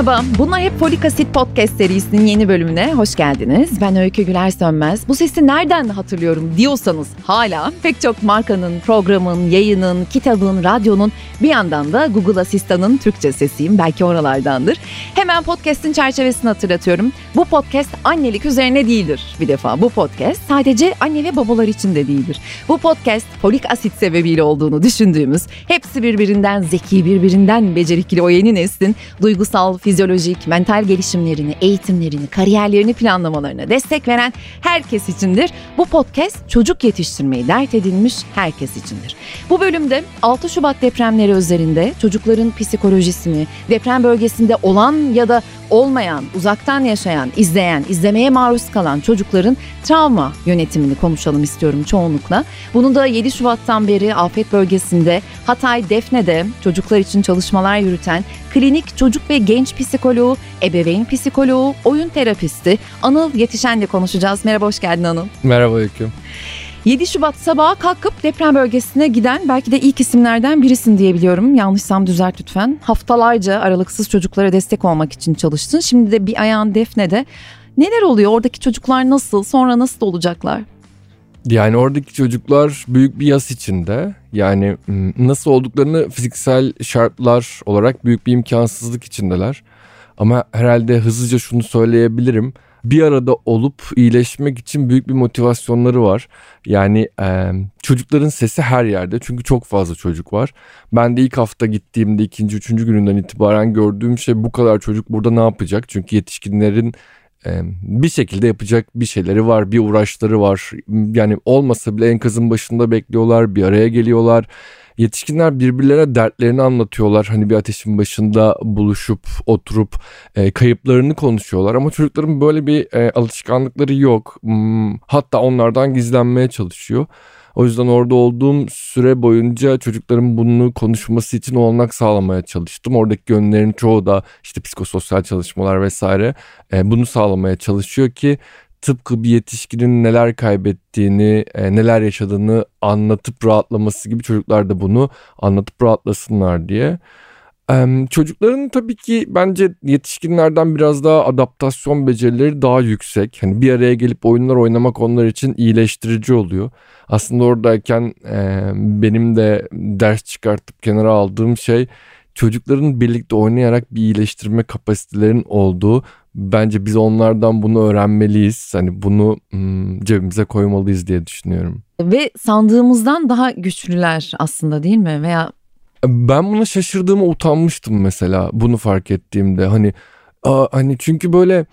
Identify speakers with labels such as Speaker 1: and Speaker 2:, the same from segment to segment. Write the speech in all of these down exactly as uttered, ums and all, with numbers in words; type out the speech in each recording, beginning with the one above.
Speaker 1: Merhaba, bunlar hep Folik Asit Podcast serisinin yeni bölümüne hoş geldiniz. Ben Öykü Güler Sönmez. Bu sesi nereden hatırlıyorum diyorsanız hala pek çok markanın, programın, yayının, kitabın, radyonun bir yandan da Google Asistan'ın Türkçe sesiyim. Belki oralardandır. Hemen podcast'in çerçevesini hatırlatıyorum. Bu podcast annelik üzerine değildir bir defa. Bu podcast sadece anne ve babalar için de değildir. Bu podcast folik asit sebebiyle olduğunu düşündüğümüz, hepsi birbirinden zeki, birbirinden becerikli o yeni neslin duygusal, fizyolojik, mental gelişimlerini, eğitimlerini, kariyerlerini planlamalarına destek veren herkes içindir. Bu podcast çocuk yetiştirmeyi dert edinmiş herkes içindir. Bu bölümde altı Şubat depremleri üzerinde çocukların psikolojisini, deprem bölgesinde olan ya da olmayan, uzaktan yaşayan, izleyen, izlemeye maruz kalan çocukların travma yönetimini konuşalım istiyorum çoğunlukla. Bunu da yedi Şubat'tan beri afet bölgesinde Hatay Defne'de çocuklar için çalışmalar yürüten klinik çocuk ve genç psikoloğu, ebeveyn psikoloğu, oyun terapisti Anıl Yetişen'le konuşacağız. Merhaba, hoş geldin Anıl.
Speaker 2: Merhaba Öykü.
Speaker 1: yedi Şubat sabahı kalkıp deprem bölgesine giden belki de ilk isimlerden birisin diyebiliyorum. Yanlışsam düzelt lütfen. Haftalarca aralıksız çocuklara destek olmak için çalıştın. Şimdi de bir ayağın Defne'de. Neler oluyor? Oradaki çocuklar nasıl? Sonra nasıl olacaklar?
Speaker 2: Yani oradaki çocuklar büyük bir yas içinde. Yani nasıl olduklarını fiziksel şartlar olarak büyük bir imkansızlık içindeler. Ama herhalde hızlıca şunu söyleyebilirim. Bir arada olup iyileşmek için büyük bir motivasyonları var. Yani e, çocukların sesi her yerde, çünkü çok fazla çocuk var. Ben de ilk hafta gittiğimde ikinci, üçüncü gününden itibaren gördüğüm şey, bu kadar çocuk burada ne yapacak? Çünkü yetişkinlerin e, bir şekilde yapacak bir şeyleri var, bir uğraşları var. Yani olmasa bile enkazın başında bekliyorlar, bir araya geliyorlar. Yetişkinler birbirlerine dertlerini anlatıyorlar. Hani bir ateşin başında buluşup oturup e, kayıplarını konuşuyorlar. Ama çocukların böyle bir e, alışkanlıkları yok. Hmm, hatta onlardan gizlenmeye çalışıyor. O yüzden orada olduğum süre boyunca çocukların bunu konuşması için olanak sağlamaya çalıştım. Oradaki gönüllerin çoğu da işte psikososyal çalışmalar vesaire e, bunu sağlamaya çalışıyor ki tıpkı bir yetişkinin neler kaybettiğini, neler yaşadığını anlatıp rahatlaması gibi çocuklar da bunu anlatıp rahatlasınlar diye. Çocukların tabii ki bence yetişkinlerden biraz daha adaptasyon becerileri daha yüksek. Hani bir araya gelip oyunlar oynamak onlar için iyileştirici oluyor. Aslında oradayken benim de ders çıkartıp kenara aldığım şey, çocukların birlikte oynayarak bir iyileştirme kapasitelerinin olduğu. Bence biz onlardan bunu öğrenmeliyiz. Hani bunu hmm, cebimize koymalıyız diye düşünüyorum.
Speaker 1: Ve sandığımızdan daha güçlüler aslında, değil mi? Veya
Speaker 2: ben buna şaşırdığıma utanmıştım mesela bunu fark ettiğimde. Hani a, hani çünkü böyle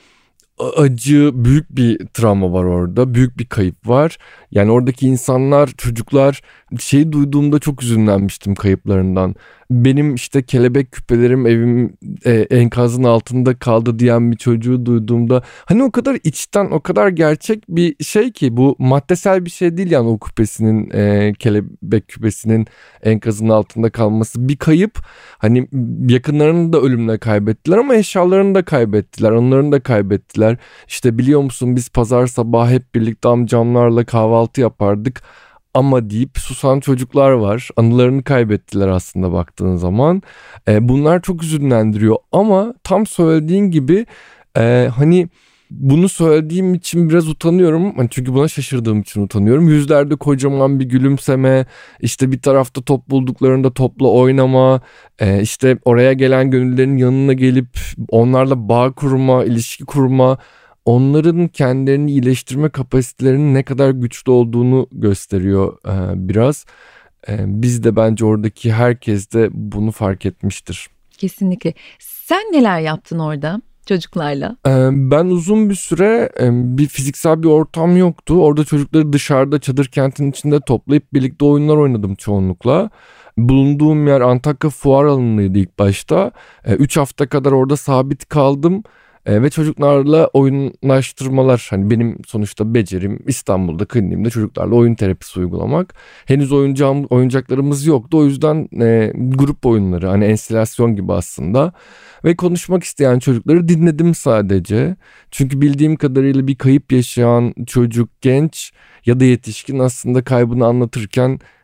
Speaker 2: acı, büyük bir travma var orada. Büyük bir kayıp var. Yani oradaki insanlar, çocuklar, şeyi duyduğumda çok üzünlenmiştim kayıplarından. Benim işte kelebek küpelerim evim e, enkazın altında kaldı diyen bir çocuğu duyduğumda, hani o kadar içten, o kadar gerçek bir şey ki, bu maddesel bir şey değil yani o küpesinin, e, kelebek küpesinin enkazın altında kalması bir kayıp. Hani yakınlarını da ölümle kaybettiler ama eşyalarını da kaybettiler, onlarını da kaybettiler. İşte biliyor musun, biz pazar sabahı hep birlikte amcamlarla kahvaltı yapardık ama deyip susan çocuklar var. Anılarını kaybettiler aslında baktığın zaman. E, bunlar çok üzünlendiriyor ama tam söylediğin gibi e, hani bunu söylediğim için biraz utanıyorum. Hani çünkü buna şaşırdığım için utanıyorum. Yüzlerde kocaman bir gülümseme, işte bir tarafta top bulduklarında topla oynama, e, işte oraya gelen gönüllerin yanına gelip onlarla bağ kurma, ilişki kurma, onların kendilerini iyileştirme kapasitelerinin ne kadar güçlü olduğunu gösteriyor e, biraz. E, biz de bence oradaki herkes de bunu fark etmiştir.
Speaker 1: Kesinlikle. Sen neler yaptın orada çocuklarla?
Speaker 2: E, ben uzun bir süre e, bir fiziksel bir ortam yoktu. Orada çocukları dışarıda çadır kentin içinde toplayıp birlikte oyunlar oynadım çoğunlukla. Bulunduğum yer Antakya Fuar Alanı'ydı ilk başta. Üç hafta kadar orada sabit kaldım. E, ve çocuklarla oyunlaştırmalar, hani benim sonuçta becerim İstanbul'da kliniğimde çocuklarla oyun terapisi uygulamak. Henüz oyuncağım, oyuncaklarımız yoktu, o yüzden e, grup oyunları, hani enstelasyon gibi aslında. Ve konuşmak isteyen çocukları dinledim sadece. Çünkü bildiğim kadarıyla bir kayıp yaşayan çocuk, genç ya da yetişkin aslında kaybını anlatırken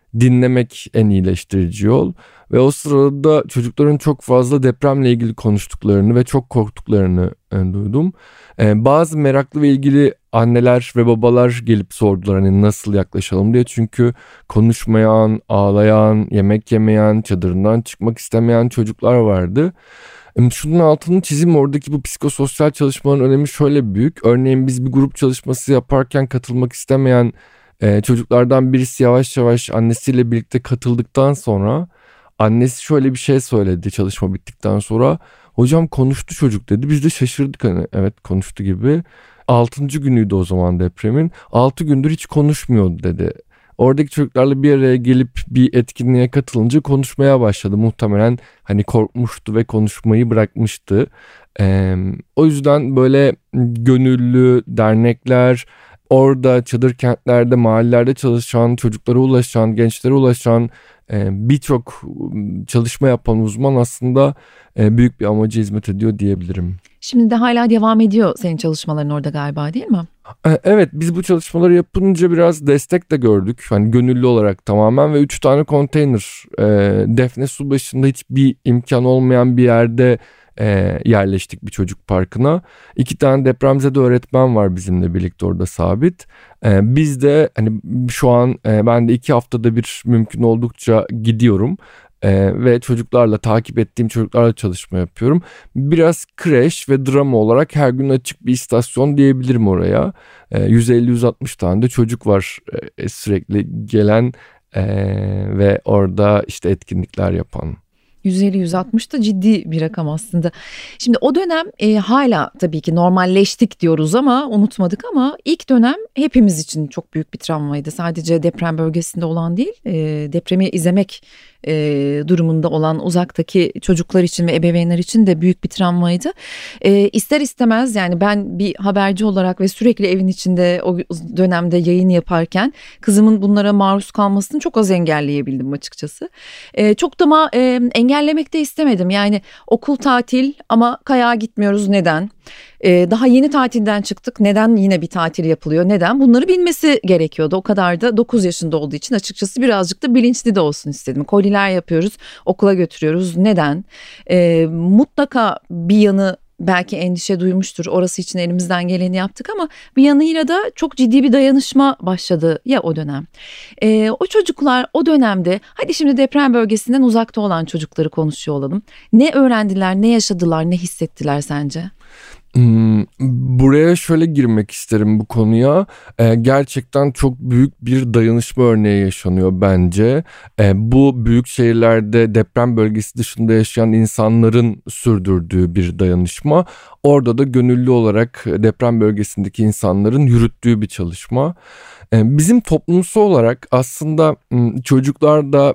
Speaker 2: dinlemek en iyileştirici yol. Ve o sırada çocukların çok fazla depremle ilgili konuştuklarını ve çok korktuklarını e, duydum. E, bazı meraklı ve ilgili anneler ve babalar gelip sordular hani nasıl yaklaşalım diye. Çünkü konuşmayan, ağlayan, yemek yemeyen, çadırından çıkmak istemeyen çocuklar vardı. E, şunun altını çizeyim, oradaki bu psikososyal çalışmaların önemi şöyle büyük. Örneğin biz bir grup çalışması yaparken katılmak istemeyen e, çocuklardan birisi yavaş yavaş annesiyle birlikte katıldıktan sonra annesi şöyle bir şey söyledi çalışma bittikten sonra. Hocam konuştu çocuk dedi. Biz de şaşırdık, hani evet konuştu gibi. Altıncı günüydü o zaman depremin. Altı gündür hiç konuşmuyordu dedi. Oradaki çocuklarla bir araya gelip bir etkinliğe katılınca konuşmaya başladı. Muhtemelen hani korkmuştu ve konuşmayı bırakmıştı. Ee, o yüzden böyle gönüllü dernekler, orada çadır kentlerde, mahallelerde çalışan, çocuklara ulaşan, gençlere ulaşan birçok çalışma yapan uzman aslında büyük bir amaca hizmet ediyor diyebilirim.
Speaker 1: Şimdi de hala devam ediyor senin çalışmaların orada galiba, değil mi?
Speaker 2: Evet, biz bu çalışmaları yapınca biraz destek de gördük. Hani gönüllü olarak tamamen ve üç tane konteyner Defne Subaşı'nda hiçbir imkan olmayan bir yerde E, yerleştik bir çocuk parkına. İki tane depremzede öğretmen var bizimle birlikte orada sabit. E, biz de hani şu an e, ben de iki haftada bir mümkün oldukça gidiyorum. E, ve çocuklarla, takip ettiğim çocuklarla çalışma yapıyorum. Biraz kreş ve drama olarak her gün açık bir istasyon diyebilirim oraya. E, yüz elli yüz altmış tane de çocuk var e, sürekli gelen e, ve orada işte etkinlikler yapan.
Speaker 1: yüz elli yüz altmış da ciddi bir rakam aslında. Şimdi o dönem e, hala tabii ki normalleştik diyoruz ama unutmadık, ama ilk dönem hepimiz için çok büyük bir travmaydı. Sadece deprem bölgesinde olan değil, e, depremi izlemek e, durumunda olan uzaktaki çocuklar için ve ebeveynler için de büyük bir travmaydı. E, ister istemez yani ben bir haberci olarak ve sürekli evin içinde o dönemde yayın yaparken kızımın bunlara maruz kalmasını çok az engelleyebildim açıkçası. E, çok da ma, e, engellemek de istemedim. Yani okul tatil ama kayağa gitmiyoruz, neden? Ee, daha yeni tatilden çıktık, neden yine bir tatil yapılıyor, neden? Bunları bilmesi gerekiyordu. O kadar da dokuz yaşında olduğu için açıkçası birazcık da bilinçli de olsun istedim. Koliler yapıyoruz, okula götürüyoruz, neden? Ee, mutlaka bir yanı belki endişe duymuştur. Orası için elimizden geleni yaptık ama bir yanıyla da çok ciddi bir dayanışma başladı ya o dönem. Ee, o çocuklar o dönemde, hadi şimdi deprem bölgesinden uzakta olan çocukları konuşuyor olalım. Ne öğrendiler, ne yaşadılar, ne hissettiler sence?
Speaker 2: Hmm, buraya şöyle girmek isterim bu konuya. Ee, gerçekten çok büyük bir dayanışma örneği yaşanıyor bence. Ee, bu büyük şehirlerde deprem bölgesi dışında yaşayan insanların sürdürdüğü bir dayanışma. Orada da gönüllü olarak deprem bölgesindeki insanların yürüttüğü bir çalışma. Ee, bizim toplumsal olarak aslında çocuklar da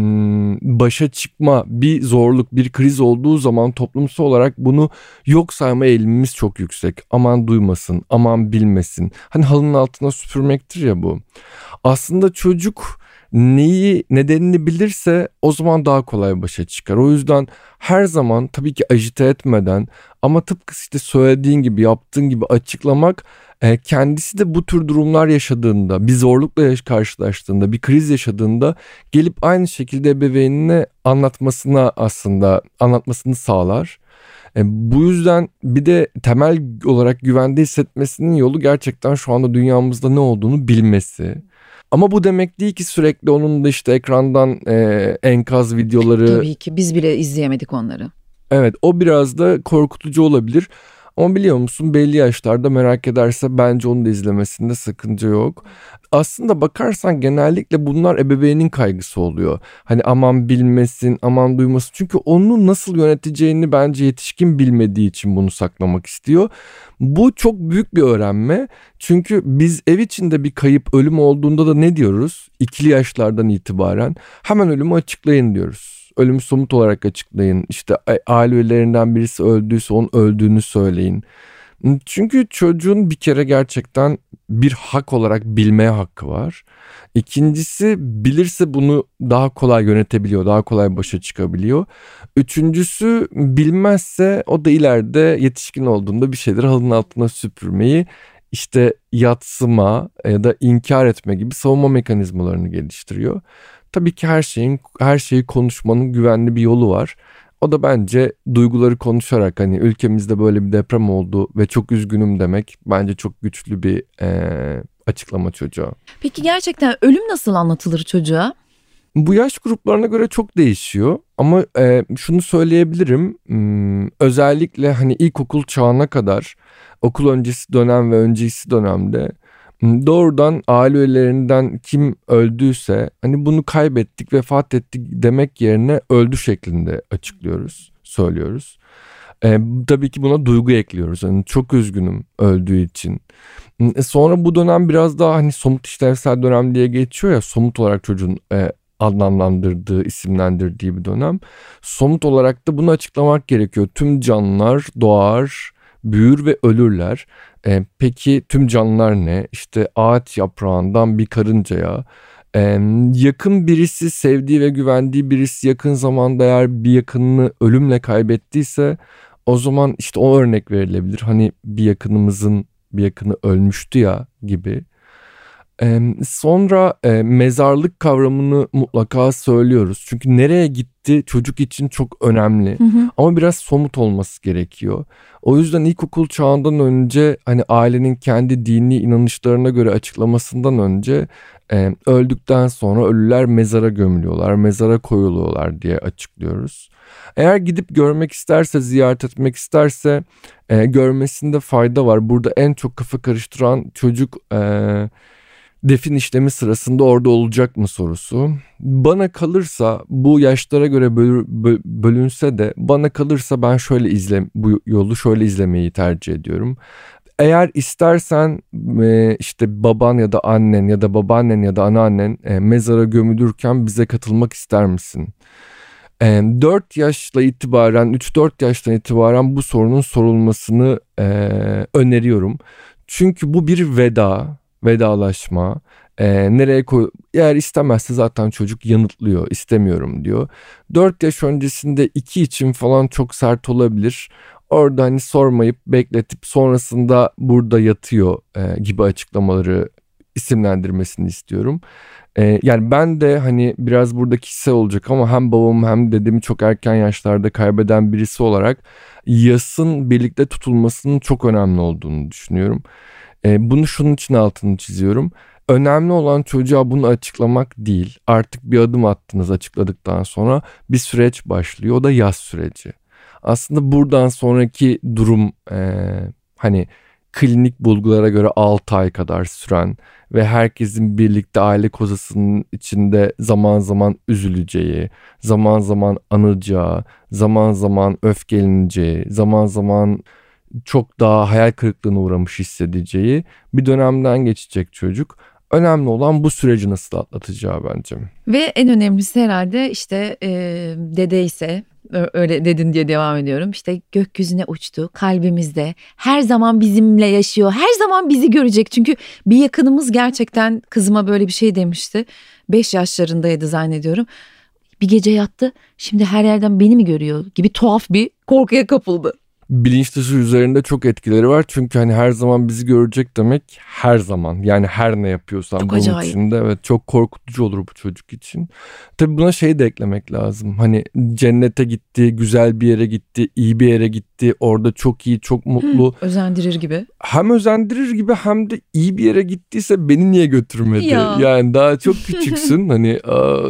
Speaker 2: başa çıkma, bir zorluk, bir kriz olduğu zaman toplumsal olarak bunu yok sayma eğilimimiz çok yüksek. Aman duymasın, aman bilmesin. Hani halının altına süpürmektir ya bu. Aslında çocuk neyi, nedenini bilirse o zaman daha kolay başa çıkar. O yüzden her zaman tabii ki ajite etmeden ama tıpkı işte söylediğin gibi, yaptığın gibi açıklamak, kendisi de bu tür durumlar yaşadığında, bir zorlukla karşılaştığında, bir kriz yaşadığında gelip aynı şekilde ebeveynine anlatmasına aslında anlatmasını sağlar. Bu yüzden bir de temel olarak güvende hissetmesinin yolu gerçekten şu anda dünyamızda ne olduğunu bilmesi. Ama bu demek değil ki sürekli onun da işte ekrandan e, enkaz videoları.
Speaker 1: Tabii ki biz bile izleyemedik onları.
Speaker 2: Evet, o biraz da korkutucu olabilir. Ama biliyor musun, belli yaşlarda merak ederse bence onu da izlemesinde sakınca yok. Aslında bakarsan genellikle bunlar ebeveynin kaygısı oluyor. Hani aman bilmesin, aman duymasın. Çünkü onu nasıl yöneteceğini bence yetişkin bilmediği için bunu saklamak istiyor. Bu çok büyük bir öğrenme. Çünkü biz ev içinde bir kayıp, ölüm olduğunda da ne diyoruz? İkili yaşlardan itibaren hemen ölümü açıklayın diyoruz. Ölümü somut olarak açıklayın. İşte aile üyelerinden birisi öldüyse onun öldüğünü söyleyin. Çünkü çocuğun bir kere gerçekten bir hak olarak bilmeye hakkı var. İkincisi, bilirse bunu daha kolay yönetebiliyor, daha kolay başa çıkabiliyor. Üçüncüsü, bilmezse o da ileride yetişkin olduğunda bir şeyleri halının altına süpürmeyi, işte yatsıma ya da inkar etme gibi savunma mekanizmalarını geliştiriyor. Tabii ki her şeyin her şeyi konuşmanın güvenli bir yolu var. O da bence duyguları konuşarak, hani ülkemizde böyle bir deprem oldu ve çok üzgünüm demek bence çok güçlü bir e, açıklama çocuğa.
Speaker 1: Peki gerçekten ölüm nasıl anlatılır çocuğa?
Speaker 2: Bu yaş gruplarına göre çok değişiyor ama e, şunu söyleyebilirim, hmm, özellikle hani ilkokul çağına kadar, okul öncesi dönem ve öncesi dönemde doğrudan aile üyelerinden kim öldüyse hani bunu kaybettik, vefat ettik demek yerine öldü şeklinde açıklıyoruz, söylüyoruz. E, tabii ki buna duygu ekliyoruz. Yani çok üzgünüm öldüğü için. E, sonra bu dönem biraz daha hani somut işlevsel dönem diye geçiyor ya, somut olarak çocuğun e, adlandırdığı, isimlendirdiği bir dönem. Somut olarak da bunu açıklamak gerekiyor. Tüm canlılar doğar, büyür ve ölürler. E, peki tüm canlılar ne? İşte ağaç yaprağından bir karıncaya, e, yakın birisi, sevdiği ve güvendiği birisi yakın zamanda eğer bir yakınını ölümle kaybettiyse o zaman işte o örnek verilebilir. Hani bir yakınımızın bir yakını ölmüştü ya gibi. Ee, sonra e, mezarlık kavramını mutlaka söylüyoruz. Çünkü nereye gitti çocuk için çok önemli.
Speaker 1: Hı hı.
Speaker 2: Ama biraz somut olması gerekiyor. O yüzden ilkokul çağından önce hani ailenin kendi dini inanışlarına göre açıklamasından önce e, öldükten sonra ölüler mezara gömülüyorlar, mezara koyuluyorlar diye açıklıyoruz. Eğer gidip görmek isterse, ziyaret etmek isterse e, görmesinde fayda var. Burada en çok kafa karıştıran çocuk... E, defin işlemi sırasında orada olacak mı sorusu. Bana kalırsa bu yaşlara göre böl, böl, bölünse de bana kalırsa ben şöyle izle bu yolu şöyle izlemeyi tercih ediyorum. Eğer istersen işte baban ya da annen ya da babaannen ya da anneannen mezara gömülürken bize katılmak ister misin? dört yaşla itibaren, üç dört yaştan itibaren bu sorunun sorulmasını öneriyorum. Çünkü bu bir veda. Vedalaşma, e, nereye koy, eğer istemezse zaten çocuk yanıtlıyor, istemiyorum diyor. dört yaş öncesinde iki için falan çok sert olabilir. Orada hani sormayıp bekletip sonrasında burada yatıyor e, gibi açıklamaları isimlendirmesini istiyorum. E, yani ben de hani biraz burada kişisel olacak ama hem babamı hem dedemi çok erken yaşlarda kaybeden birisi olarak yasın birlikte tutulmasının çok önemli olduğunu düşünüyorum. Bunu şunun için altını çiziyorum. Önemli olan çocuğa bunu açıklamak değil. Artık bir adım attınız, açıkladıktan sonra bir süreç başlıyor. O da yas süreci. Aslında buradan sonraki durum e, hani klinik bulgulara göre altı ay kadar süren ve herkesin birlikte aile kozasının içinde zaman zaman üzüleceği, zaman zaman anacağı, zaman zaman öfkeleneceği, zaman zaman çok daha hayal kırıklığına uğramış hissedeceği bir dönemden geçecek çocuk. Önemli olan bu süreci nasıl atlatacağı bence.
Speaker 1: Ve en önemlisi herhalde işte e, dede ise öyle dedin diye devam ediyorum. İşte gökyüzüne uçtu, kalbimizde, her zaman bizimle yaşıyor, her zaman bizi görecek. Çünkü bir yakınımız gerçekten kızıma böyle bir şey demişti. beş yaşlarındaydı zannediyorum. Bir gece yattı, şimdi her yerden beni mi görüyor gibi tuhaf bir korkuya kapıldı.
Speaker 2: Bilinç dışı üzerinde çok etkileri var. Çünkü hani her zaman bizi görecek demek her zaman. Yani her ne yapıyorsan
Speaker 1: çok
Speaker 2: bunun
Speaker 1: acayip.
Speaker 2: içinde evet çok korkutucu olur bu çocuk için. Tabii buna şey de eklemek lazım. Hani cennete gitti, güzel bir yere gitti, iyi bir yere gitti. Orada çok iyi, çok mutlu.
Speaker 1: Hı, özendirir gibi.
Speaker 2: Hem özendirir gibi hem de iyi bir yere gittiyse beni niye götürmedi?
Speaker 1: Ya.
Speaker 2: Yani daha çok küçüksün. Hani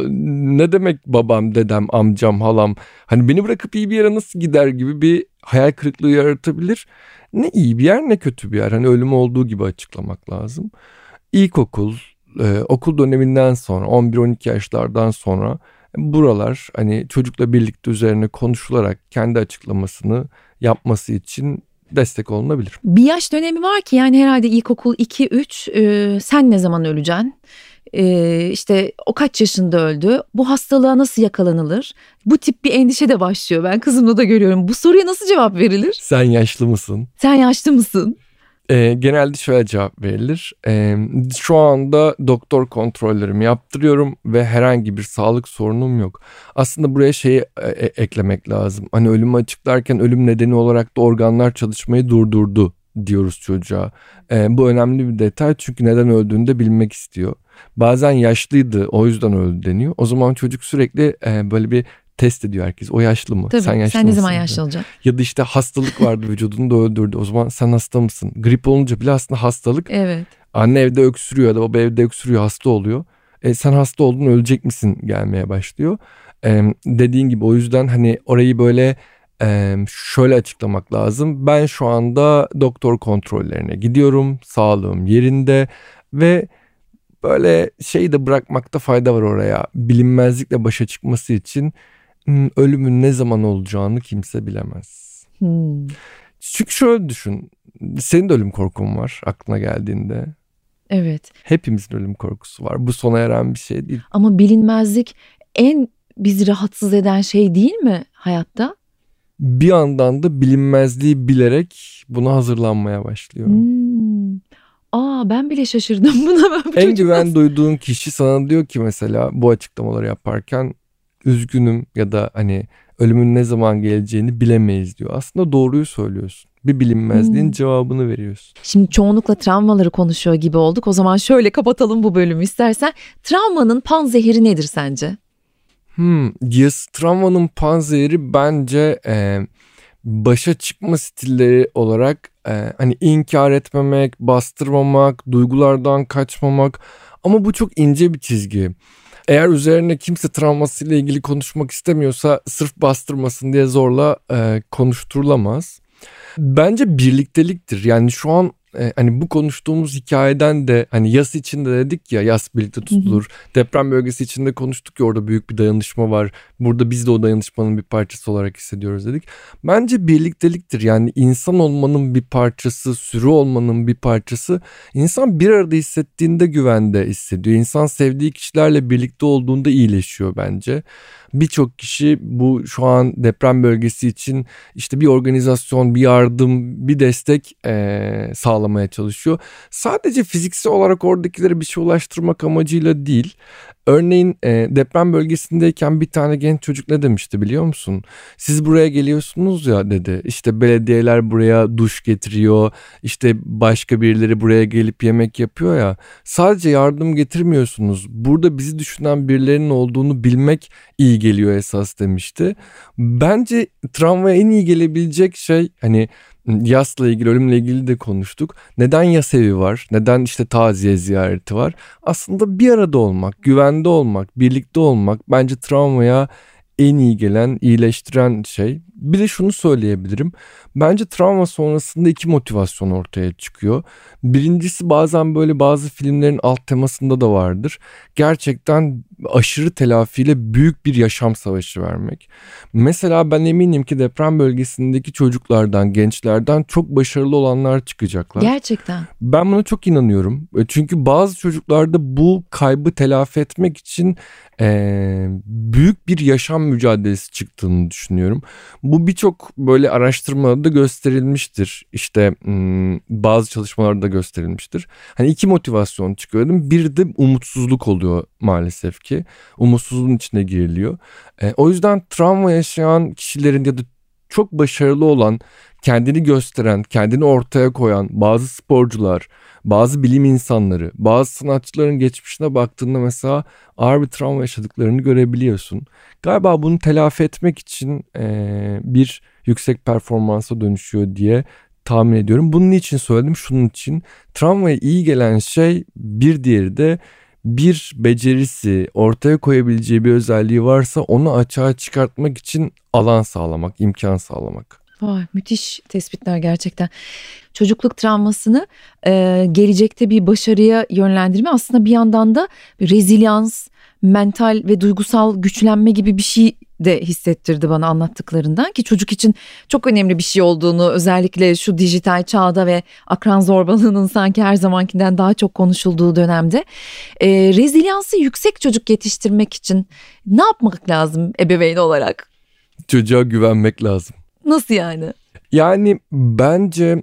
Speaker 2: ne demek babam, dedem, amcam, halam. Hani beni bırakıp iyi bir yere nasıl gider gibi bir hayal kırıklığı yaratabilir. Ne iyi bir yer ne kötü bir yer. Hani ölüm olduğu gibi açıklamak lazım. İlkokul, e, okul döneminden sonra on bir on iki yaşlardan sonra buralar hani çocukla birlikte üzerine konuşularak kendi açıklamasını yapması için destek olunabilir.
Speaker 1: Bir yaş dönemi var ki yani herhalde ilkokul iki üç e, sen ne zaman öleceksin? Ee, işte o kaç yaşında öldü, bu hastalığa nasıl yakalanılır, bu tip bir endişe de başlıyor. Ben kızımla da görüyorum, bu soruya nasıl cevap verilir?
Speaker 2: Sen yaşlı mısın?
Speaker 1: Sen yaşlı mısın?
Speaker 2: Ee, genelde şöyle cevap verilir. Ee, şu anda doktor kontrollerimi yaptırıyorum ve herhangi bir sağlık sorunum yok. Aslında buraya şeyi e- eklemek lazım. Hani ölümü açıklarken ölüm nedeni olarak da organlar çalışmayı durdurdu diyoruz çocuğa. E, bu önemli bir detay çünkü neden öldüğünü de bilmek istiyor. Bazen yaşlıydı o yüzden öldü deniyor. O zaman çocuk sürekli e, böyle bir test ediyor herkes. O yaşlı mı?
Speaker 1: Tabii,
Speaker 2: sen yaşlı
Speaker 1: sen ne zaman
Speaker 2: mısın?
Speaker 1: yaşlı olacaksın?
Speaker 2: Ya da işte hastalık vardı vücudunu da öldürdü. O zaman sen hasta mısın? Grip olunca bile aslında hastalık.
Speaker 1: Evet.
Speaker 2: Anne evde öksürüyor ya da baba evde öksürüyor, hasta oluyor. E, sen hasta oldun, ölecek misin gelmeye başlıyor. E, dediğin gibi o yüzden hani orayı böyle e, şöyle açıklamak lazım. Ben şu anda doktor kontrollerine gidiyorum. Sağlığım yerinde ve böyle şeyi de bırakmakta fayda var oraya. Bilinmezlikle başa çıkması için ölümün ne zaman olacağını kimse bilemez.
Speaker 1: Hmm.
Speaker 2: Çünkü şöyle düşün. Senin de ölüm korkun var aklına geldiğinde.
Speaker 1: Evet.
Speaker 2: Hepimizin ölüm korkusu var. Bu sona eren bir şey değil.
Speaker 1: Ama bilinmezlik en bizi rahatsız eden şey değil mi hayatta?
Speaker 2: Bir yandan da bilinmezliği bilerek buna hazırlanmaya başlıyor.
Speaker 1: Hmm. Aa, ben bile şaşırdım buna. Ben bu
Speaker 2: En
Speaker 1: çocuk
Speaker 2: güven
Speaker 1: nasıl-
Speaker 2: duyduğun kişi sana diyor ki mesela bu açıklamaları yaparken üzgünüm ya da hani ölümün ne zaman geleceğini bilemeyiz diyor. Aslında doğruyu söylüyorsun. Bir bilinmezliğin
Speaker 1: Hmm.
Speaker 2: cevabını veriyorsun.
Speaker 1: Şimdi çoğunlukla travmaları konuşuyor gibi olduk. O zaman şöyle kapatalım bu bölümü istersen. Travmanın panzehiri nedir sence?
Speaker 2: Hmm, yes, travmanın panzehiri bence e, başa çıkma stilleri olarak e, hani inkar etmemek, bastırmamak, duygulardan kaçmamak, ama bu çok ince bir çizgi. Eğer üzerine kimse travmasıyla ilgili konuşmak istemiyorsa sırf bastırmasın diye zorla e, konuşturulamaz. Bence birlikteliktir. Yani şu an e, hani bu konuştuğumuz hikayeden de hani yas içinde dedik ya, yas birlikte tutulur. Hı hı. Deprem bölgesi içinde konuştuk ya, orada büyük bir dayanışma var. Burada biz de o dayanışmanın bir parçası olarak hissediyoruz dedik. Bence birlikteliktir. Yani insan olmanın bir parçası, sürü olmanın bir parçası. İnsan bir arada hissettiğinde güvende hissediyor. İnsan sevdiği kişilerle birlikte olduğunda iyileşiyor bence. Birçok kişi bu şu an deprem bölgesi için işte bir organizasyon, bir yardım, bir destek ee, sağlamaya çalışıyor. Sadece fiziksel olarak oradakilere bir şey ulaştırmak amacıyla değil. Örneğin e, deprem bölgesindeyken bir tane genç çocuk ne demişti biliyor musun? Siz buraya geliyorsunuz ya dedi. İşte belediyeler buraya duş getiriyor. İşte başka birileri buraya gelip yemek yapıyor ya. Sadece yardım getirmiyorsunuz. Burada bizi düşünen birilerinin olduğunu bilmek iyi geliyor esas demişti. Bence travmaya en iyi gelebilecek şey, hani yasla ilgili, ölümle ilgili de konuştuk. Neden yas evi var? Neden işte taziye ziyareti var? Aslında bir arada olmak, güvende olmak, birlikte olmak bence travmaya en iyi gelen, iyileştiren şey. Bir de şunu söyleyebilirim. Bence travma sonrasında iki motivasyon ortaya çıkıyor. Birincisi, bazen böyle bazı filmlerin alt temasında da vardır. Gerçekten aşırı telafiyle büyük bir yaşam savaşı vermek. Mesela ben eminim ki deprem bölgesindeki çocuklardan, gençlerden çok başarılı olanlar çıkacaklar.
Speaker 1: Gerçekten.
Speaker 2: Ben buna çok inanıyorum. Çünkü bazı çocuklarda bu kaybı telafi etmek için ee, büyük bir yaşam mücadelesi çıktığını düşünüyorum. Bu birçok böyle araştırmada gösterilmiştir. İşte hmm, bazı çalışmalarda gösterilmiştir. Hani iki motivasyon çıkıyor. Bir de umutsuzluk oluyor maalesef ki. Umutsuzluğun içine giriliyor. E, o yüzden travma yaşayan kişilerin ya da çok başarılı olan, kendini gösteren, kendini ortaya koyan bazı sporcular, bazı bilim insanları, bazı sanatçıların geçmişine baktığında mesela ağır bir travma yaşadıklarını görebiliyorsun. Galiba bunu telafi etmek için e, bir yüksek performansa dönüşüyor diye tahmin ediyorum. Bunun için söyledim, şunun için. Travmaya iyi gelen şey, bir diğeri de bir becerisi, ortaya koyabileceği bir özelliği varsa onu açığa çıkartmak için alan sağlamak, imkan sağlamak.
Speaker 1: Vay, müthiş tespitler gerçekten. Çocukluk travmasını e, gelecekte bir başarıya yönlendirme, aslında bir yandan da rezilyans, mental ve duygusal güçlenme gibi bir şey de hissettirdi bana anlattıklarından, ki çocuk için çok önemli bir şey olduğunu, özellikle şu dijital çağda ve akran zorbalığının sanki her zamankinden daha çok konuşulduğu dönemde. E, rezilyansı yüksek çocuk yetiştirmek için ne yapmak lazım ebeveyn olarak?
Speaker 2: Çocuğa güvenmek lazım.
Speaker 1: Nasıl yani?
Speaker 2: Yani bence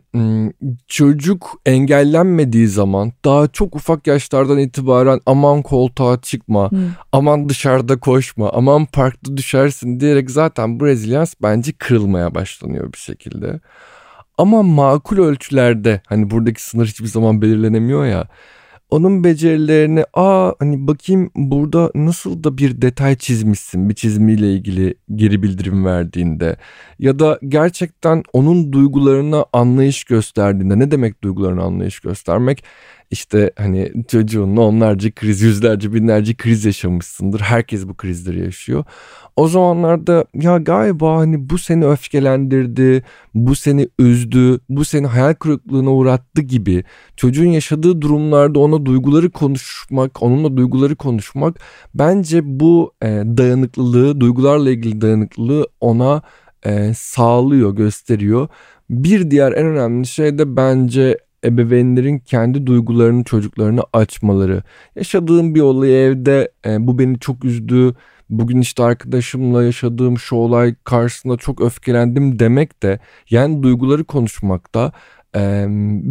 Speaker 2: çocuk engellenmediği zaman daha çok ufak yaşlardan itibaren aman koltuğa çıkma, hmm. aman dışarıda koşma, aman parkta düşersin diyerek zaten bu rezilyans bence kırılmaya başlanıyor bir şekilde. Ama makul ölçülerde, hani buradaki sınır hiçbir zaman belirlenemiyor ya. Onun becerilerini aa hani bakayım burada nasıl da bir detay çizmişsin bir çizimiyle ilgili geri bildirim verdiğinde ya da gerçekten onun duygularına anlayış gösterdiğinde. Ne demek duygularına anlayış göstermek? İşte hani çocuğunla onlarca kriz, yüzlerce, binlerce kriz yaşamışsındır. Herkes bu krizleri yaşıyor. O zamanlarda ya galiba hani bu seni öfkelendirdi, bu seni üzdü, bu seni hayal kırıklığına uğrattı gibi çocuğun yaşadığı durumlarda ona duyguları konuşmak, onunla duyguları konuşmak bence bu e, dayanıklılığı, duygularla ilgili dayanıklılığı ona e, sağlıyor, gösteriyor. Bir diğer en önemli şey de bence ebeveynlerin kendi duygularını çocuklarına açmaları. Yaşadığım bir olayı evde e, bu beni çok üzdü. Bugün işte arkadaşımla yaşadığım şu olay karşısında çok öfkelendim demek de, yani duyguları konuşmak da e,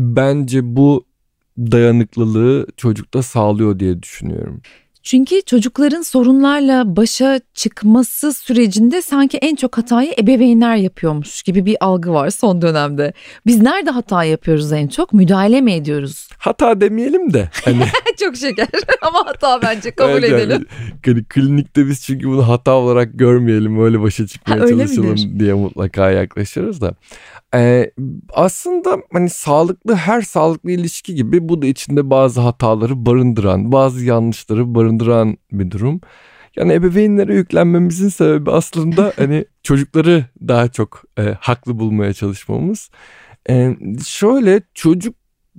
Speaker 2: bence bu dayanıklılığı çocukta sağlıyor diye düşünüyorum.
Speaker 1: Çünkü çocukların sorunlarla başa çıkması sürecinde sanki en çok hatayı ebeveynler yapıyormuş gibi bir algı var son dönemde. Biz nerede hata yapıyoruz en çok? Müdahale mi ediyoruz?
Speaker 2: Hata demeyelim de. Hani...
Speaker 1: Çok şeker ama hata bence kabul
Speaker 2: bence
Speaker 1: edelim.
Speaker 2: Yani, klinikte biz çünkü bunu hata olarak görmeyelim, öyle başa çıkmaya
Speaker 1: ha,
Speaker 2: çalışalım
Speaker 1: midir?
Speaker 2: diye mutlaka yaklaşırız da. Ee, aslında hani sağlıklı, her sağlıklı ilişki gibi bu da içinde bazı hataları barındıran, bazı yanlışları barındıran bir durum. Yani ebeveynlere yüklenmemizin sebebi aslında hani çocukları daha çok e, haklı bulmaya çalışmamız. E, şöyle çocuk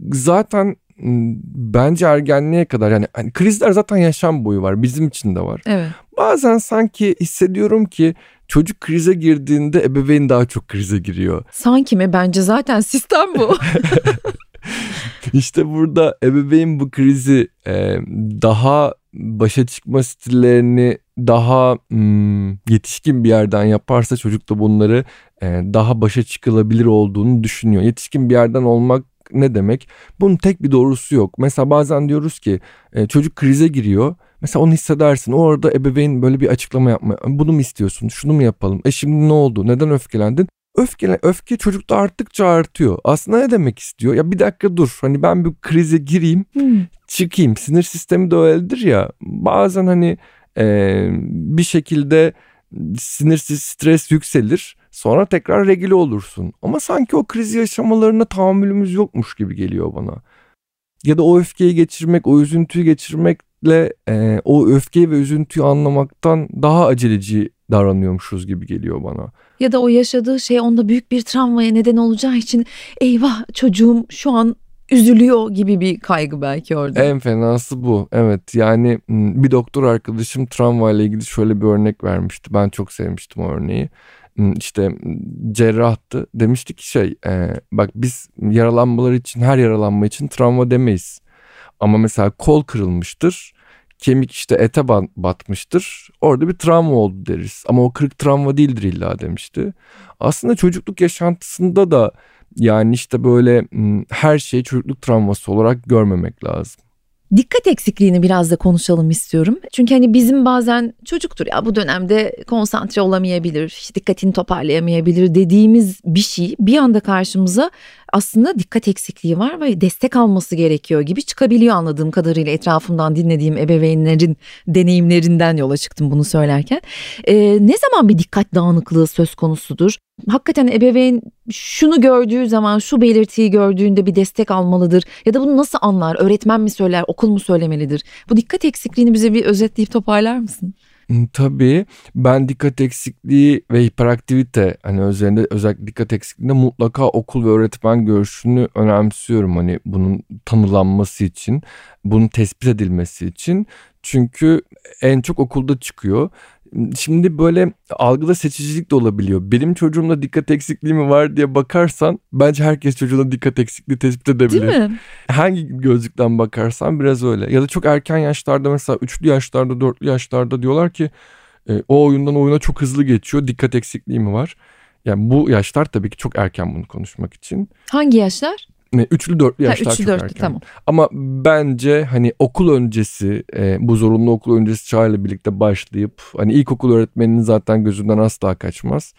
Speaker 2: zaten bence ergenliğe kadar, yani hani krizler zaten yaşam boyu var, bizim için de var.
Speaker 1: Evet.
Speaker 2: Bazen sanki hissediyorum ki çocuk krize girdiğinde ebeveyn daha çok krize giriyor.
Speaker 1: Sanki mi? Bence zaten sistem bu.
Speaker 2: İşte burada ebeveyn bu krizi e, daha başa çıkma stillerini daha hmm, yetişkin bir yerden yaparsa çocuk da bunları e, daha başa çıkılabilir olduğunu düşünüyor. Yetişkin bir yerden olmak ne demek? Bunun tek bir doğrusu yok. Mesela bazen diyoruz ki e, çocuk krize giriyor. Mesela onu hissedersin. O arada ebeveyn böyle bir açıklama yapma. Bunu mu istiyorsun? Şunu mu yapalım? E şimdi ne oldu? Neden öfkelendin? Öfke, öfke çocukta arttıkça artıyor. Aslında ne demek istiyor? Ya bir dakika dur. Hani ben bir krize gireyim, hmm. çıkayım. Sinir sistemi de öyledir ya. Bazen hani e, bir şekilde sinirsiz, stres yükselir. Sonra tekrar regüle olursun. Ama sanki o kriz yaşamalarına tahammülümüz yokmuş gibi geliyor bana. Ya da o öfkeyi geçirmek, o üzüntüyü geçirmekle e, o öfkeyi ve üzüntüyü anlamaktan daha aceleci davranıyormuşuz gibi geliyor bana.
Speaker 1: Ya da o yaşadığı şey onda büyük bir travmaya neden olacağı için eyvah çocuğum şu an üzülüyor gibi bir kaygı belki orada.
Speaker 2: En fenası bu. Evet, yani bir doktor arkadaşım travma ile ilgili şöyle bir örnek vermişti. Ben çok sevmiştim o örneği. İşte cerrahtı. Demişti ki şey e, bak biz yaralanmalar için, her yaralanma için travma demeyiz. Ama mesela kol kırılmıştır. Kemik işte ete batmıştır. Orada bir travma oldu deriz. Ama o kırık travma değildir illa demişti. Aslında çocukluk yaşantısında da yani işte böyle her şeyi çocukluk travması olarak görmemek lazım.
Speaker 1: Dikkat eksikliğini biraz da konuşalım istiyorum. Çünkü hani bizim bazen çocuktur ya bu dönemde konsantre olamayabilir, işte dikkatini toparlayamayabilir dediğimiz bir şey bir anda karşımıza aslında dikkat eksikliği var ve destek alması gerekiyor gibi çıkabiliyor anladığım kadarıyla. Etrafımdan dinlediğim ebeveynlerin deneyimlerinden yola çıktım bunu söylerken. Ee, ne zaman bir dikkat dağınıklığı söz konusudur? Hakikaten ebeveyn şunu gördüğü zaman, şu belirtiyi gördüğünde bir destek almalıdır ya da bunu nasıl anlar? Öğretmen mi söyler, okul mu söylemelidir? Bu dikkat eksikliğini bize bir özetleyip toparlar mısın?
Speaker 2: Tabii ben dikkat eksikliği ve hiperaktivite, hani üzerinde özellikle dikkat eksikliğinde mutlaka okul ve öğretmen görüşünü önemsiyorum. Hani bunun tanılanması için, bunun tespit edilmesi için. Çünkü en çok okulda çıkıyor. Şimdi böyle algıda seçicilik de olabiliyor. Benim çocuğumda dikkat eksikliği mi var diye bakarsan bence herkes çocuğuna dikkat eksikliği tespit edebilir.
Speaker 1: Değil mi?
Speaker 2: Hangi gözlükten bakarsan biraz öyle. Ya da çok erken yaşlarda, mesela üçlü yaşlarda, dörtlü yaşlarda diyorlar ki e, o oyundan oyuna çok hızlı geçiyor. Dikkat eksikliği mi var? Yani bu yaşlar tabii ki çok erken bunu konuşmak için.
Speaker 1: Hangi yaşlar?
Speaker 2: Üçlü dörtlü yaşlar
Speaker 1: ha, üçlü,
Speaker 2: çok
Speaker 1: dörtlü,
Speaker 2: erken.
Speaker 1: Tamam.
Speaker 2: Ama bence hani okul öncesi, e, bu zorunlu okul öncesi çağıyla birlikte başlayıp hani ilkokul öğretmeninin zaten gözünden asla kaçmaz.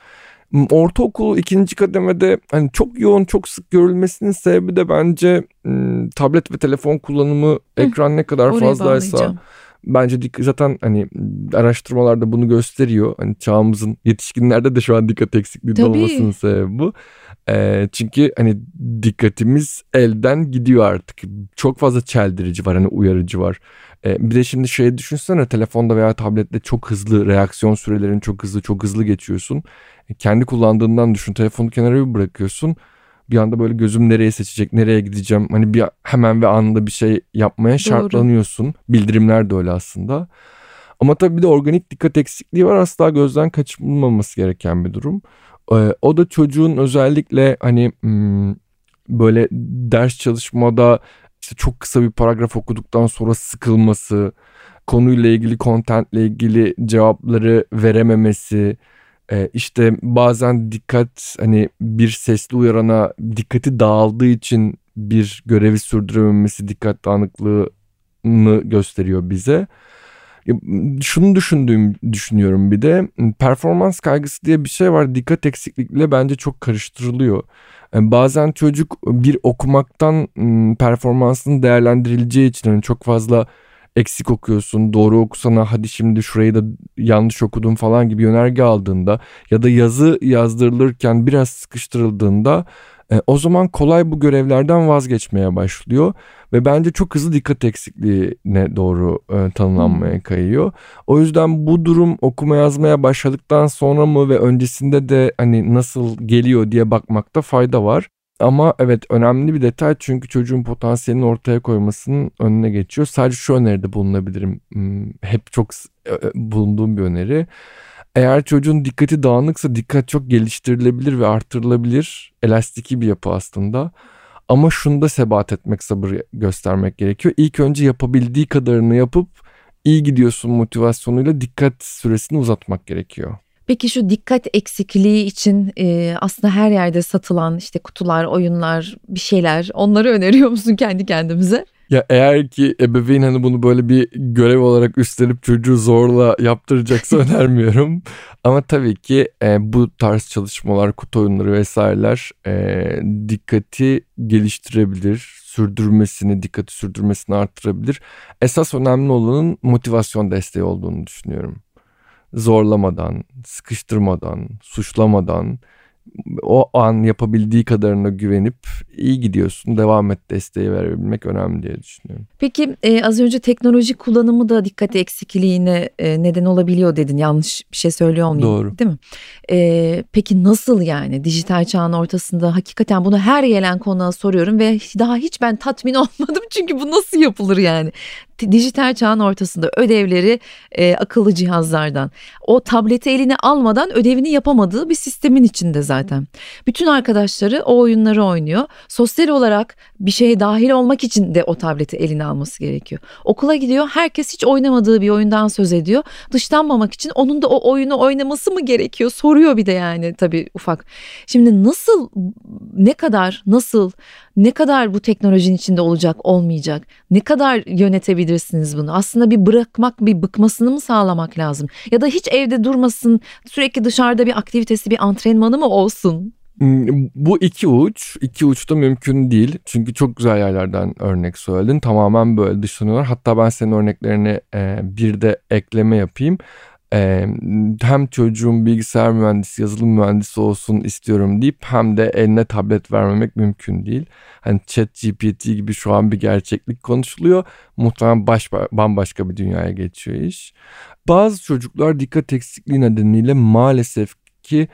Speaker 2: Ortaokul ikinci kademede hani çok yoğun, çok sık görülmesinin sebebi de bence ım, tablet ve telefon kullanımı, Hı, ekran ne kadar fazlaysa bence zaten hani araştırmalarda bunu gösteriyor. Hani çağımızın yetişkinlerde de şu an dikkat eksikliği olmasının sebebi bu. E, çünkü hani dikkatimiz elden gidiyor artık. Çok fazla çeldirici var, hani uyarıcı var. E, bir de şimdi şey düşünsene, telefonda veya tablette çok hızlı reaksiyon sürelerin çok hızlı çok hızlı geçiyorsun. E, kendi kullandığından düşün, telefonu kenara bir bırakıyorsun. Bir anda böyle gözüm nereye seçecek, nereye gideceğim, hani bir hemen ve anında bir şey yapmaya şartlanıyorsun. Doğru. Bildirimler de öyle aslında. Ama tabii bir de organik dikkat eksikliği var, asla gözden kaçırılmaması gereken bir durum. Ee, o da çocuğun özellikle hani hmm, böyle ders çalışmada işte çok kısa bir paragraf okuduktan sonra sıkılması, konuyla ilgili, contentle ilgili cevapları verememesi, e, işte bazen dikkat, hani bir sesli uyarana dikkati dağıldığı için bir görevi sürdürememesi dikkat dağınıklığını gösteriyor bize. Şunu düşündüğüm düşünüyorum, bir de performans kaygısı diye bir şey var. Dikkat eksiklikle bence çok karıştırılıyor. Yani bazen çocuk bir okumaktan performansının değerlendirileceği için, hani çok fazla eksik okuyorsun, doğru okusana, hadi şimdi şurayı da yanlış okudun falan gibi yönerge aldığında ya da yazı yazdırılırken biraz sıkıştırıldığında e, o zaman kolay bu görevlerden vazgeçmeye başlıyor ve bence çok hızlı dikkat eksikliğine doğru e, tanımlanmaya kayıyor. O yüzden bu durum okuma yazmaya başladıktan sonra mı ve öncesinde de hani nasıl geliyor diye bakmakta fayda var. Ama evet, önemli bir detay, çünkü çocuğun potansiyelini ortaya koymasının önüne geçiyor. Sadece şu öneride bulunabilirim. Hep çok bulunduğum bir öneri. Eğer çocuğun dikkati dağınıksa dikkat çok geliştirilebilir ve artırılabilir. Elastiki bir yapı aslında. Ama şunda sebat etmek, sabır göstermek gerekiyor. İlk önce yapabildiği kadarını yapıp iyi gidiyorsun motivasyonuyla dikkat süresini uzatmak gerekiyor.
Speaker 1: Peki şu dikkat eksikliği için e, aslında her yerde satılan işte kutular, oyunlar, bir şeyler, onları öneriyor musun kendi kendimize?
Speaker 2: Ya eğer ki ebeveyn hani bunu böyle bir görev olarak üstlenip çocuğu zorla yaptıracaksa önermiyorum. Ama tabii ki e, bu tarz çalışmalar, kutu oyunları vesaireler e, dikkati geliştirebilir, sürdürmesini, dikkati sürdürmesini arttırabilir. Esas önemli olanın motivasyon desteği olduğunu düşünüyorum. Zorlamadan, sıkıştırmadan, suçlamadan, o an yapabildiği kadarına güvenip iyi gidiyorsun, devam et desteği verebilmek önemli diye düşünüyorum.
Speaker 1: Peki e, az önce teknoloji kullanımı da dikkat eksikliğine e, neden olabiliyor dedin. Yanlış bir şey söylüyor olmayayım.
Speaker 2: Doğru.
Speaker 1: Değil mi? E, peki nasıl yani dijital çağın ortasında, hakikaten bunu her gelen konuğa soruyorum ve daha hiç ben tatmin olmadım, çünkü bu nasıl yapılır yani? Dijital çağın ortasında ödevleri e, akıllı cihazlardan, o tableti eline almadan ödevini yapamadığı bir sistemin içinde zaten. Bütün arkadaşları o oyunları oynuyor. Sosyal olarak bir şeye dahil olmak için de o tableti eline alması gerekiyor. Okula gidiyor, herkes hiç oynamadığı bir oyundan söz ediyor. Dışlanmamak için onun da o oyunu oynaması mı gerekiyor? Soruyor bir de, yani tabii ufak. Şimdi nasıl, ne kadar, nasıl, ne kadar bu teknolojinin içinde olacak, olmayacak? Ne kadar yönetebilirsiniz bunu? Aslında bir bırakmak, bir bıkmasını mı sağlamak lazım? Ya da hiç evde durmasın, sürekli dışarıda bir aktivitesi, bir antrenmanı mı olsun?
Speaker 2: Bu iki uç, iki uç da mümkün değil. Çünkü çok güzel yerlerden örnek söyledin. Tamamen böyle dışlanıyorlar. Hatta ben senin örneklerine e, bir de ekleme yapayım. E, hem çocuğum bilgisayar mühendisi, yazılım mühendisi olsun istiyorum deyip hem de eline tablet vermemek mümkün değil. Hani ChatGPT gibi şu an bir gerçeklik konuşuluyor. Muhtemelen baş, bambaşka bir dünyaya geçiyor iş. Bazı çocuklar dikkat eksikliği nedeniyle maalesef ki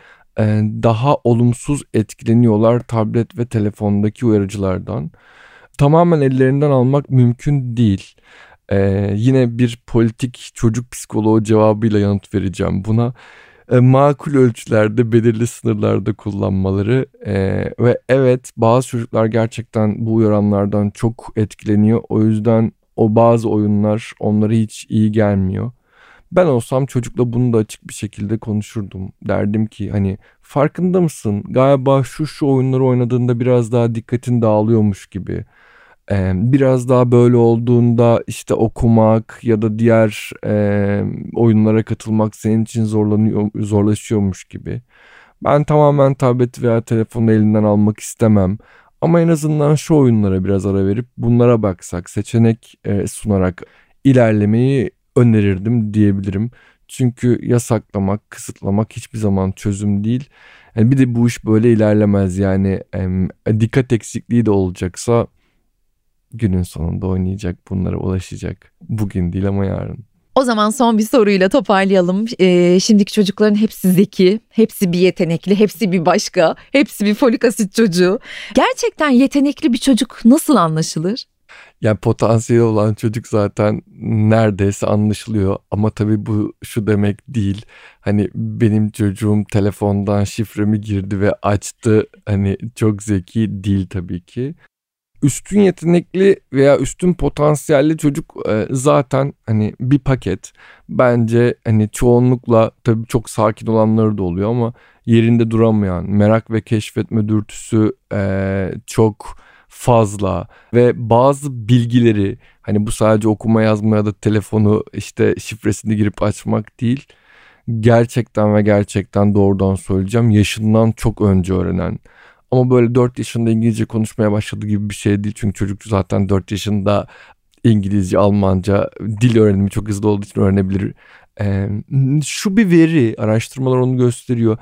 Speaker 2: daha olumsuz etkileniyorlar tablet ve telefondaki uyarıcılardan. Tamamen ellerinden almak mümkün değil. Ee, yine bir politik çocuk psikoloğu cevabıyla yanıt vereceğim buna. Ee, makul ölçülerde, belirli sınırlarda kullanmaları ee, ve evet, bazı çocuklar gerçekten bu uyaranlardan çok etkileniyor. O yüzden o bazı oyunlar onlara hiç iyi gelmiyor. Ben olsam çocukla bunu da açık bir şekilde konuşurdum. Derdim ki hani farkında mısın? Galiba şu şu oyunları oynadığında biraz daha dikkatin dağılıyormuş gibi. Ee, biraz daha böyle olduğunda işte okumak ya da diğer e, oyunlara katılmak senin için zorlanıyor, zorlaşıyormuş gibi. Ben tamamen tableti veya telefonu elinden almak istemem. Ama en azından şu oyunlara biraz ara verip bunlara baksak, seçenek e, sunarak ilerlemeyi önerirdim diyebilirim. Çünkü yasaklamak, kısıtlamak hiçbir zaman çözüm değil. Yani bir de bu iş böyle ilerlemez. Yani e, dikkat eksikliği de olacaksa günün sonunda oynayacak, bunlara ulaşacak. Bugün değil ama yarın.
Speaker 1: O zaman son bir soruyla toparlayalım. Ee, şimdiki çocukların hepsi zeki, hepsi bir yetenekli, hepsi bir başka, hepsi bir folik asit çocuğu. Gerçekten yetenekli bir çocuk nasıl anlaşılır?
Speaker 2: Yani potansiyeli olan çocuk zaten neredeyse anlaşılıyor. Ama tabii bu şu demek değil. Hani benim çocuğum telefondan şifremi girdi ve açtı. Hani çok zeki değil tabii ki. Üstün yetenekli veya üstün potansiyelli çocuk e, zaten hani bir paket. Bence hani çoğunlukla tabii çok sakin olanları da oluyor ama yerinde duramayan, merak ve keşfetme dürtüsü e, çok fazla ve bazı bilgileri, hani bu sadece okuma yazma ya da telefonu işte şifresini girip açmak değil. Gerçekten ve gerçekten doğrudan söyleyeceğim, yaşından çok önce öğrenen. Ama böyle dört yaşında İngilizce konuşmaya başladı gibi bir şey değil. Çünkü çocuk zaten dört yaşında İngilizce, Almanca, dil öğrenimi çok hızlı olduğu için öğrenebilir. Ee, şu bir veri, araştırmalar onu gösteriyor.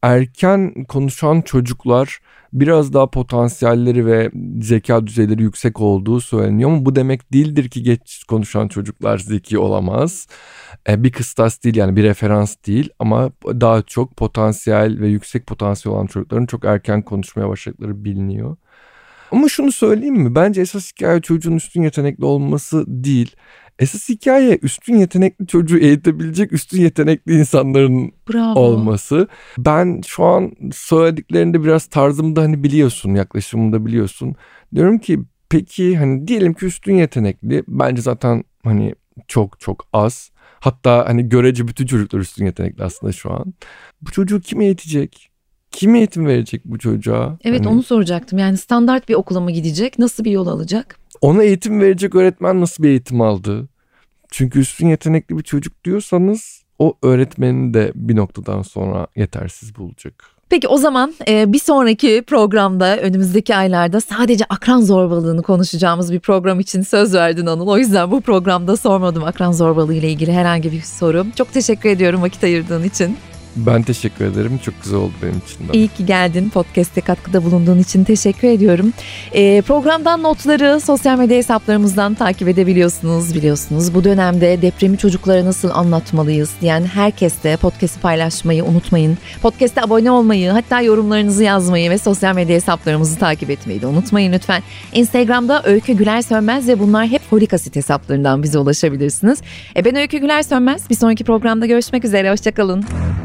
Speaker 2: Erken konuşan çocuklar biraz daha potansiyelleri ve zeka düzeyleri yüksek olduğu söyleniyor. Ama bu demek değildir ki geç konuşan çocuklar zeki olamaz. Ee, bir kıstas değil, yani bir referans değil, ama daha çok potansiyel ve yüksek potansiyel olan çocukların çok erken konuşmaya başladıkları biliniyor. Ama şunu söyleyeyim mi? Bence esas hikaye çocuğun üstün yetenekli olması değil. Esas hikaye üstün yetenekli çocuğu eğitebilecek üstün yetenekli insanların
Speaker 1: Bravo.
Speaker 2: olması. Ben şu an söylediklerinde biraz tarzımda hani biliyorsun, yaklaşımımda biliyorsun. Diyorum ki peki hani diyelim ki üstün yetenekli, bence zaten hani çok çok az. Hatta hani görece bütün çocuklar üstün yetenekli aslında şu an. Bu çocuğu kim eğitecek? Kim eğitim verecek bu çocuğa?
Speaker 1: Evet,
Speaker 2: hani...
Speaker 1: onu soracaktım. Yani standart bir okula mı gidecek? Nasıl bir yol alacak?
Speaker 2: Ona eğitim verecek öğretmen nasıl bir eğitim aldı? Çünkü üstün yetenekli bir çocuk diyorsanız o öğretmeni de bir noktadan sonra yetersiz bulacak.
Speaker 1: Peki o zaman e, bir sonraki programda, önümüzdeki aylarda sadece akran zorbalığını konuşacağımız bir program için söz verdin Anıl. O yüzden bu programda sormadım akran zorbalığı ile ilgili herhangi bir soru. Çok teşekkür ediyorum vakit ayırdığın için.
Speaker 2: Ben teşekkür ederim. Çok güzel oldu benim için de.
Speaker 1: İyi ki geldin. Podcast'te katkıda bulunduğun için teşekkür ediyorum. E, programdan notları sosyal medya hesaplarımızdan takip edebiliyorsunuz. Biliyorsunuz bu dönemde depremi çocuklara nasıl anlatmalıyız diyen herkes de podcast'i paylaşmayı unutmayın. Podcast'e abone olmayı, hatta yorumlarınızı yazmayı ve sosyal medya hesaplarımızı takip etmeyi de unutmayın lütfen. Instagram'da Öykü Güler Sönmez ve bunlar hep folik asit hesaplarından bize ulaşabilirsiniz. E, ben Öykü Güler Sönmez. Bir sonraki programda görüşmek üzere. Hoşçakalın.